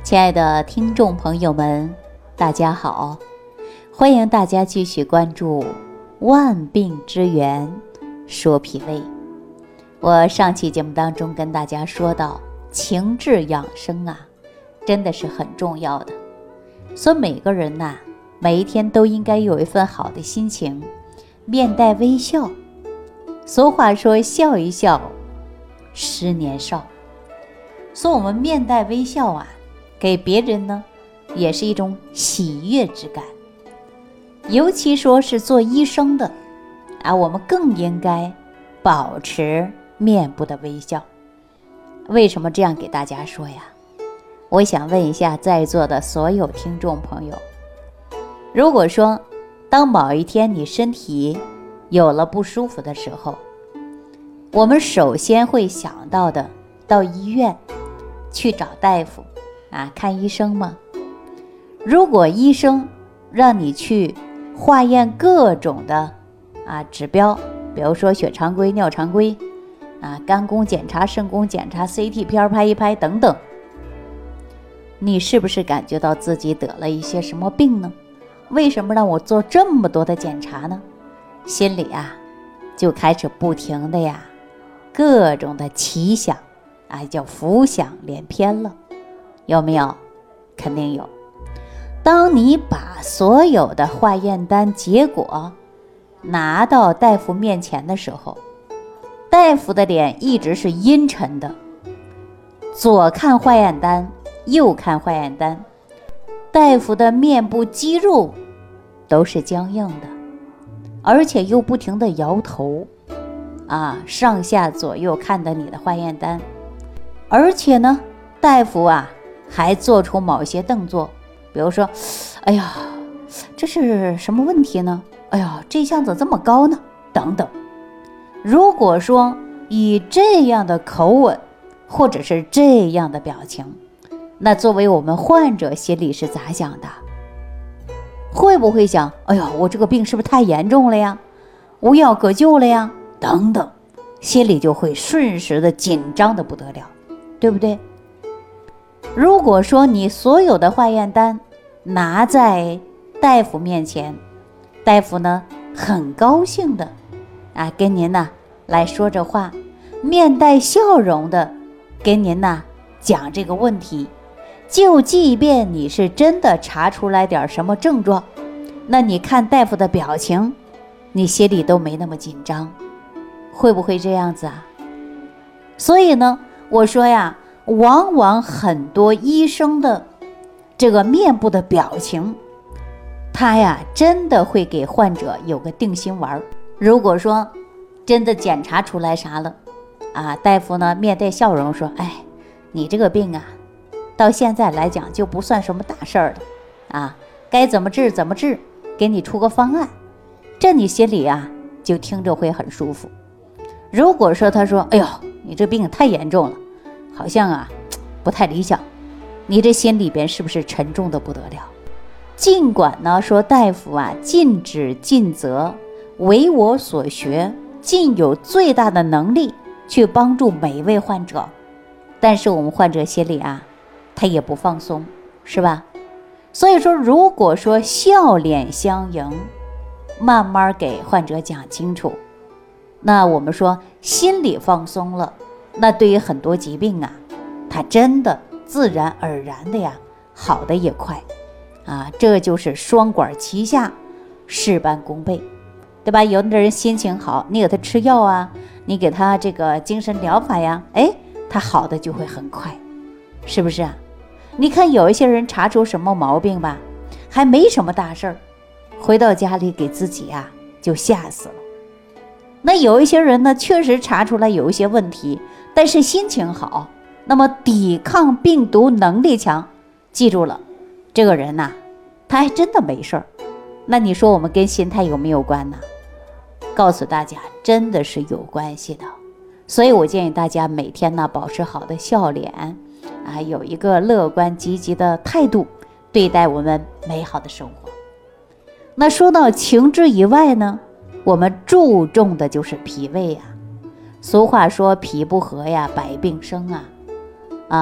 亲爱的听众朋友们，大家好，欢迎大家继续关注万病之源说脾胃。我上期节目当中跟大家说到，情志养生啊，真的是很重要的。所以每个人呐，每一天都应该有一份好的心情，面带微笑。俗话说，笑一笑，十年少。所以我们面带微笑啊，给别人呢也是一种喜悦之感。尤其说是做医生的啊，我们更应该保持面部的微笑。为什么这样给大家说呀？我想问一下在座的所有听众朋友，如果说当某一天你身体有了不舒服的时候，我们首先会想到的到医院去找大夫啊，看医生吗？如果医生让你去化验各种的指标，比如说血常规、尿常规肝功检查、肾功检查、CT 片拍一拍等等，你是不是感觉到自己得了一些什么病呢？为什么让我做这么多的检查呢？心里就开始不停的各种的奇想叫浮想联翩了，有没有？肯定有。当你把所有的化验单结果拿到大夫面前的时候，大夫的脸一直是阴沉的，左看化验单，右看化验单，大夫的面部肌肉都是僵硬的，而且又不停地摇头上下左右看着你的化验单，而且呢，大夫还做出某些动作，比如说，哎呀，这是什么问题呢？哎呀，这项怎么这么高呢？等等。如果说以这样的口吻，或者是这样的表情，那作为我们患者心里是咋想的？会不会想，哎呀，我这个病是不是太严重了呀？无药可救了呀？等等，心里就会瞬时的紧张的不得了，对不对？如果说你所有的化验单拿在大夫面前，大夫呢很高兴的跟您来说这话，面带笑容的跟您讲这个问题，就即便你是真的查出来点什么症状，那你看大夫的表情，你心里都没那么紧张，会不会这样子所以呢，我说往往很多医生的这个面部的表情，他真的会给患者有个定心丸。如果说真的检查出来啥了大夫呢面带笑容说，哎，你这个病到现在来讲就不算什么大事儿了该怎么治怎么治，给你出个方案，这你心里就听着会很舒服。如果说他说，哎呦，你这病太严重了，好像不太理想，你这心里边是不是沉重的不得了？尽管呢说大夫尽职尽责，为我所学，尽有最大的能力去帮助每一位患者，但是我们患者心里他也不放松，是吧？所以说，如果说笑脸相迎，慢慢给患者讲清楚，那我们说心里放松了，那对于很多疾病它真的自然而然的好的也快这就是双管齐下，事半功倍，对吧？有的人心情好，你给他吃药你给他这个精神疗法他好的就会很快，是不是你看有一些人查出什么毛病吧，还没什么大事儿，回到家里给自己就吓死了。那有一些人呢，确实查出来有一些问题，但是心情好，那么抵抗病毒能力强，记住了，这个人他还真的没事儿。那你说我们跟心态有没有关呢？告诉大家，真的是有关系的。所以我建议大家每天保持好的笑脸有一个乐观积极的态度对待我们美好的生活。那说到情志以外呢，我们注重的就是脾胃俗话说脾不和百病生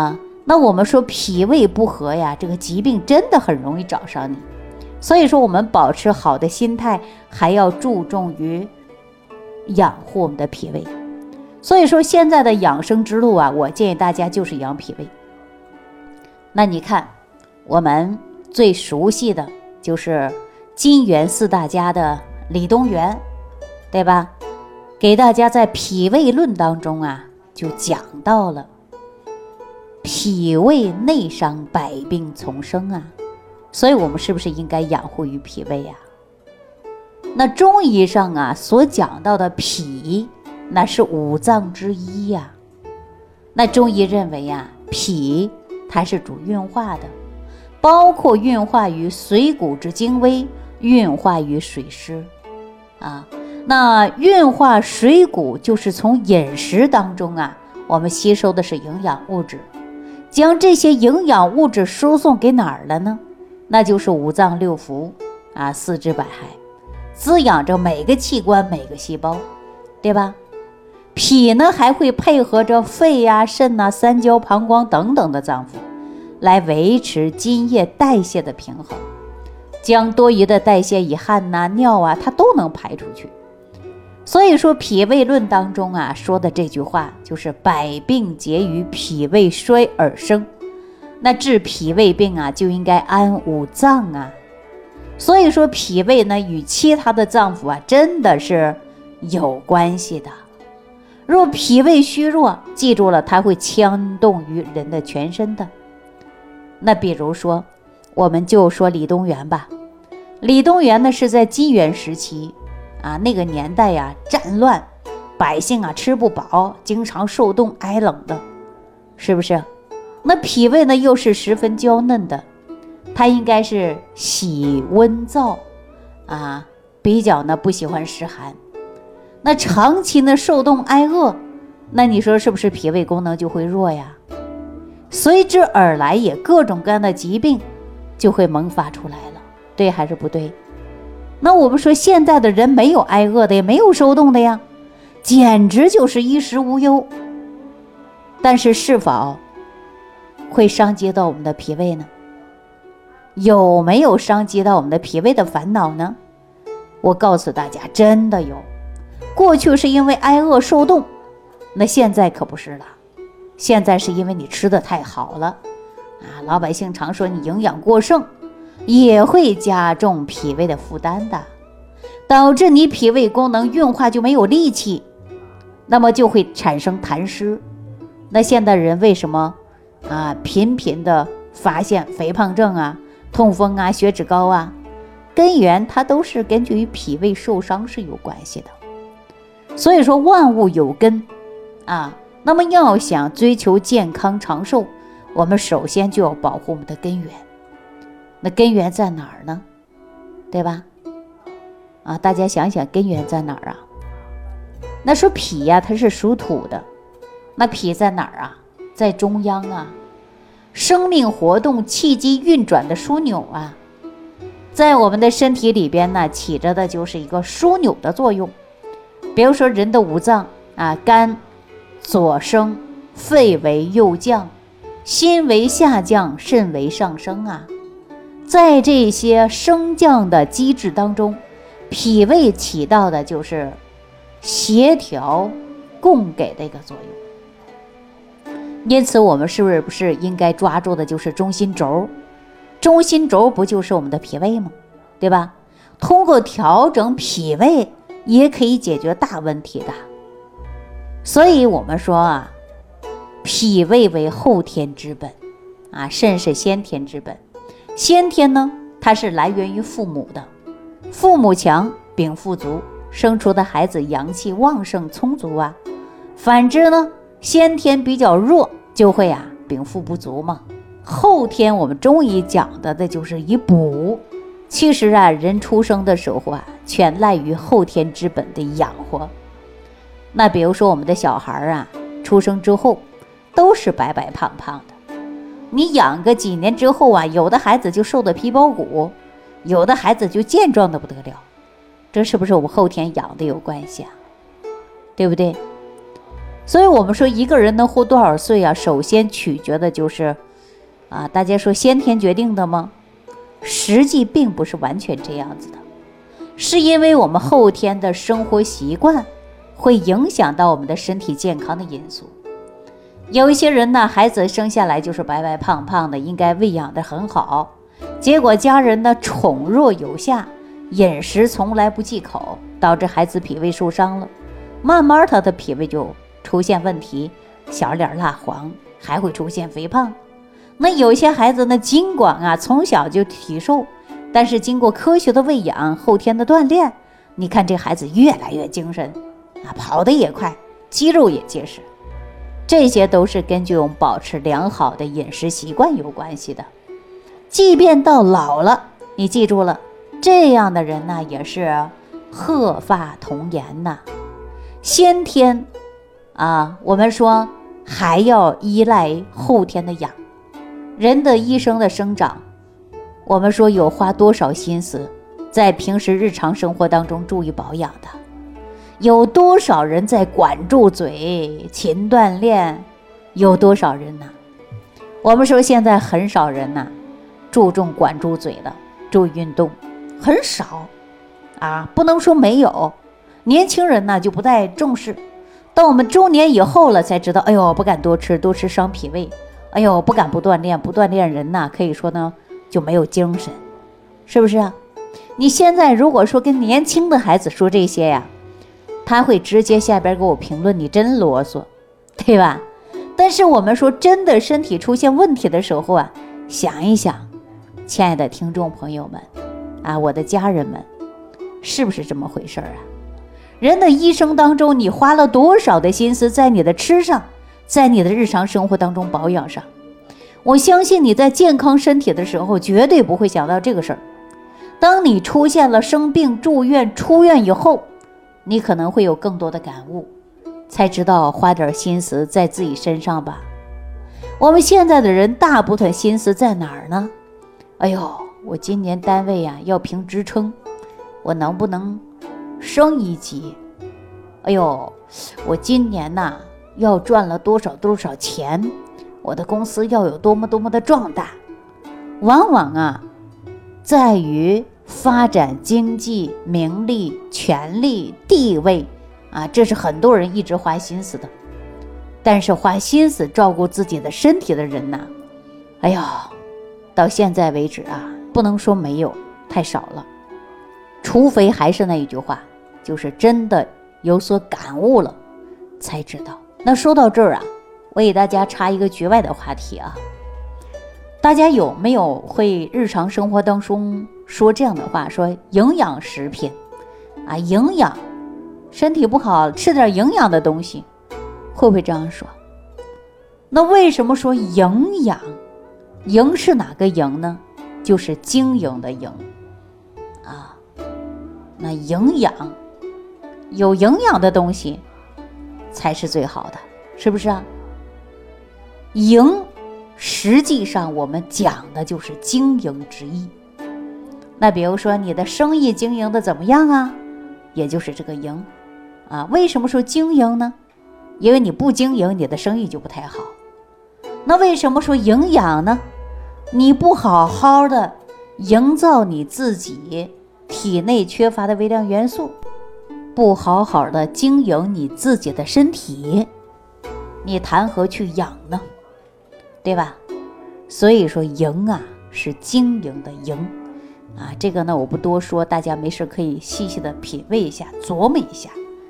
那我们说脾胃不和呀，这个疾病真的很容易找上你。所以说我们保持好的心态，还要注重于养护我们的脾胃。所以说现在的养生之路啊，我建议大家就是养脾胃。那你看我们最熟悉的就是金元四大家的李东垣，对吧？给大家在脾胃论当中啊就讲到了脾胃内伤，百病丛生啊，所以我们是不是应该养护于脾胃啊？那中医上啊所讲到的脾，那是五脏之一呀。那中医认为啊，脾它是主运化的，包括运化于水谷之精微，运化于水湿啊。那运化水谷就是从饮食当中啊，我们吸收的是营养物质，将这些营养物质输送给哪儿了呢？那就是五脏六腑啊，四肢百骸，滋养着每个器官每个细胞，对吧？脾呢还会配合着肺呀、肾啊、三焦、膀胱等等的脏腑，来维持津液代谢的平衡，将多余的代谢以汗啊、尿啊，它都能排出去。所以说脾胃论当中啊说的这句话就是百病皆于脾胃衰而生。那治脾胃病啊就应该安五脏啊。所以说脾胃呢与其他的脏腑啊真的是有关系的。若脾胃虚弱，记住了，它会牵动于人的全身的。那比如说我们就说李东垣吧。李东垣呢是在金元时期啊，那个年代呀战乱，百姓啊吃不饱，经常受冻挨冷的，是不是？那脾胃呢又是十分娇嫩的，它应该是喜温燥啊，比较呢不喜欢湿寒。那长期呢受冻挨饿，那你说是不是脾胃功能就会弱呀？随之而来也各种各样的疾病就会萌发出来了，对还是不对？那我们说现在的人没有挨饿的，也没有受冻的呀，简直就是衣食无忧。但是是否会伤及到我们的脾胃呢？有没有伤及到我们的脾胃的烦恼呢？我告诉大家，真的有。过去是因为挨饿受冻，那现在可不是了，现在是因为你吃的太好了啊！老百姓常说你营养过剩，也会加重脾胃的负担的，导致你脾胃功能运化就没有力气，那么就会产生痰湿。那现代人为什么频频的发现肥胖症啊、痛风啊、血脂高啊？根源它都是根据于脾胃受伤是有关系的。所以说万物有根啊，那么要想追求健康长寿，我们首先就要保护我们的根源。那根源在哪儿呢？对吧？大家想想根源在哪儿啊？那说脾呀，它是属土的，那脾在哪儿啊？在中央啊，生命活动、气机运转的枢纽啊，在我们的身体里边呢，起着的就是一个枢纽的作用。比如说人的五脏啊，肝左升，肺为右降，心为下降，肾为上升啊。在这些升降的机制当中，脾胃起到的就是协调供给的一个作用。因此我们是不是应该抓住的就是中心轴？中心轴不就是我们的脾胃吗？对吧？通过调整脾胃也可以解决大问题的。所以我们说脾胃为后天之本肾是先天之本。先天呢，它是来源于父母的，父母强，禀赋足，生出的孩子阳气旺盛充足啊。反之呢，先天比较弱，就会禀赋不足嘛。后天我们中医讲的就是以补。其实人出生的时候全赖于后天之本的养活。那比如说我们的小孩出生之后都是白白胖胖的，你养个几年之后有的孩子就瘦得皮包骨，有的孩子就健壮得不得了，这是不是我们后天养的有关系对不对？ 所以我们说一个人能活多少岁啊，首先取决的就是大家说先天决定的吗？实际并不是完全这样子的，是因为我们后天的生活习惯会影响到我们的身体健康的因素。有一些人呢，孩子生下来就是白白胖胖的，应该喂养得很好，结果家人呢宠若有下，饮食从来不忌口，导致孩子脾胃受伤了，慢慢他的脾胃就出现问题，小脸蜡黄，还会出现肥胖。那有些孩子呢，尽管从小就体瘦，但是经过科学的喂养，后天的锻炼，你看这孩子越来越精神跑得也快，肌肉也结实。这些都是根据我们保持良好的饮食习惯有关系的。即便到老了，你记住了，这样的人呢，也是鹤发童颜呐。先天我们说还要依赖后天的养。人的一生的生长，我们说有花多少心思在平时日常生活当中注意保养的，有多少人在管住嘴勤锻炼，有多少人呢？我们说现在很少人呢注重管住嘴的，注意运动很少不能说没有，年轻人呢就不太重视，到我们中年以后了才知道，哎呦不敢多吃，多吃伤脾胃，哎呦不敢不锻炼，不锻炼人呢可以说呢就没有精神，是不是啊？你现在如果说跟年轻的孩子说这些呀，他会直接下边给我评论你真啰嗦，对吧？但是我们说真的身体出现问题的时候想一想，亲爱的听众朋友们我的家人们，是不是这么回事人的一生当中，你花了多少的心思在你的吃上，在你的日常生活当中保养上。我相信你在健康身体的时候绝对不会想到这个事儿，当你出现了生病住院出院以后，你可能会有更多的感悟，才知道花点心思在自己身上吧。我们现在的人大部分心思在哪儿呢？哎呦，我今年单位要评职称，我能不能升一级？哎呦，我今年要赚了多少多少钱，我的公司要有多么多么的壮大。往往在于发展经济、名利、权力、地位这是很多人一直花心思的。但是花心思照顾自己的身体的人哎呀，到现在为止不能说没有，太少了。除非还是那一句话，就是真的有所感悟了才知道。那说到这儿我给大家插一个局外的话题大家有没有会日常生活当中说这样的话，说营养食品营养，身体不好吃点营养的东西，会不会这样说？那为什么说营养？营是哪个营呢？就是经营的营那营养，有营养的东西才是最好的，是不是营实际上我们讲的就是经营之意。那比如说你的生意经营的怎么样也就是这个营为什么说经营呢？因为你不经营，你的生意就不太好。那为什么说营养呢？你不好好的营造你自己体内缺乏的微量元素，不好好的经营你自己的身体，你谈何去养呢？对吧？所以说营是经营的营这个呢我不多说，大家没事可以细细的品味一下，琢磨一下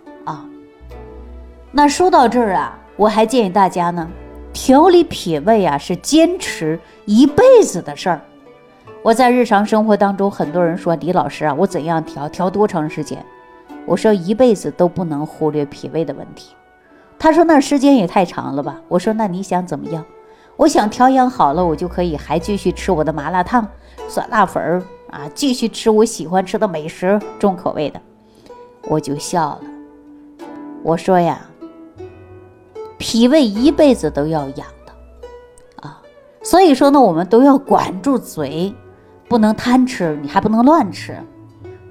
那说到这儿我还建议大家呢，调理脾胃是坚持一辈子的事儿。我在日常生活当中，很多人说李老师我怎样调多长时间？我说一辈子都不能忽略脾胃的问题。他说那时间也太长了吧？我说那你想怎么样？我想调养好了，我就可以还继续吃我的麻辣烫、酸辣粉继续吃我喜欢吃的美食，重口味的。我就笑了，我说脾胃一辈子都要养的所以说呢，我们都要管住嘴，不能贪吃，你还不能乱吃。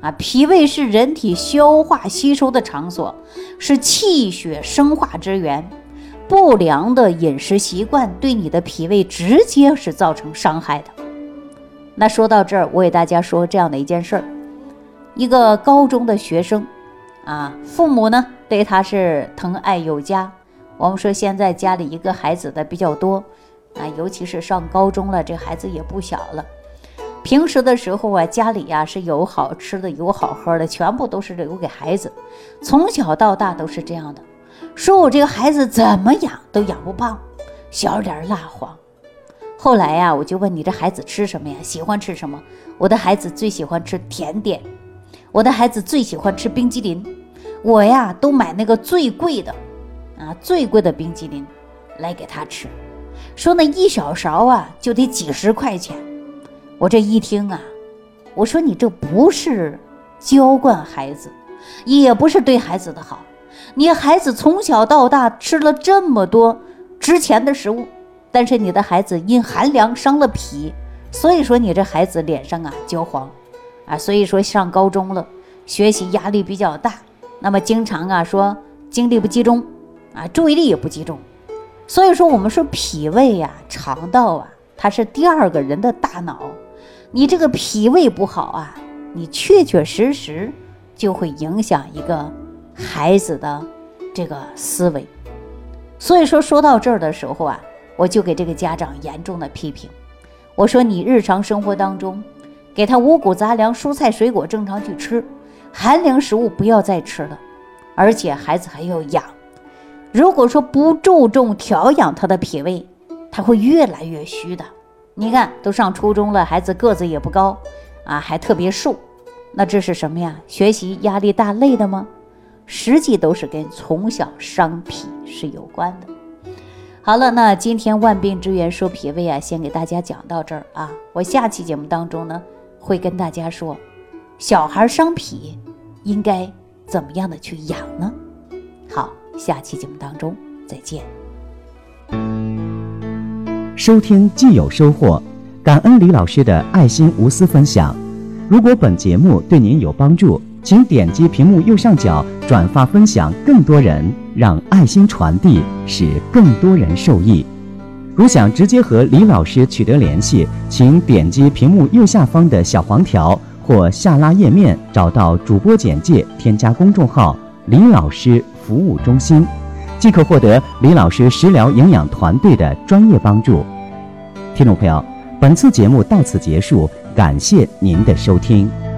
脾胃是人体消化吸收的场所，是气血生化之源。不良的饮食习惯对你的脾胃直接是造成伤害的。那说到这儿，我给大家说这样的一件事儿：一个高中的学生父母呢对他是疼爱有加。我们说现在家里一个孩子的比较多尤其是上高中了，这孩子也不小了。平时的时候家里是有好吃的有好喝的，全部都是留给孩子，从小到大都是这样的。说我这个孩子怎么养都养不胖，小脸蜡黄。后来我就问你这孩子吃什么呀？喜欢吃什么？我的孩子最喜欢吃甜点，我的孩子最喜欢吃冰激凌。我都买那个最贵的冰激凌来给他吃，说那一小勺就得几十块钱。我这一听我说你这不是娇惯孩子，也不是对孩子的好。你孩子从小到大吃了这么多值钱的食物，但是你的孩子因寒凉伤了脾，所以说你这孩子脸上焦黄所以说上高中了，学习压力比较大，那么经常说精力不集中注意力也不集中。所以说我们说脾胃肠道它是第二个人的大脑，你这个脾胃不好你确确实实就会影响一个孩子的这个思维。所以说到这儿的时候我就给这个家长严重的批评。我说你日常生活当中给他五谷杂粮蔬菜水果正常去吃，寒凉食物不要再吃了，而且孩子还要养。如果说不注重调养他的脾胃，他会越来越虚的。你看都上初中了，孩子个子也不高还特别瘦，那这是什么呀？学习压力大累的吗？实际都是跟从小伤脾是有关的。好了，那今天万病之源说脾胃先给大家讲到这儿我下期节目当中呢会跟大家说小孩伤脾应该怎么样的去养呢？好，下期节目当中再见。 收听既有收获，感恩李老师的爱心无私分享。如果本节目对您有帮助，请点击屏幕右上角转发分享更多人，让爱心传递，使更多人受益。如想直接和李老师取得联系，请点击屏幕右下方的小黄条或下拉页面找到主播简介，添加公众号李老师服务中心，即可获得李老师食疗营养团队的专业帮助。听众朋友，本次节目到此结束，感谢您的收听。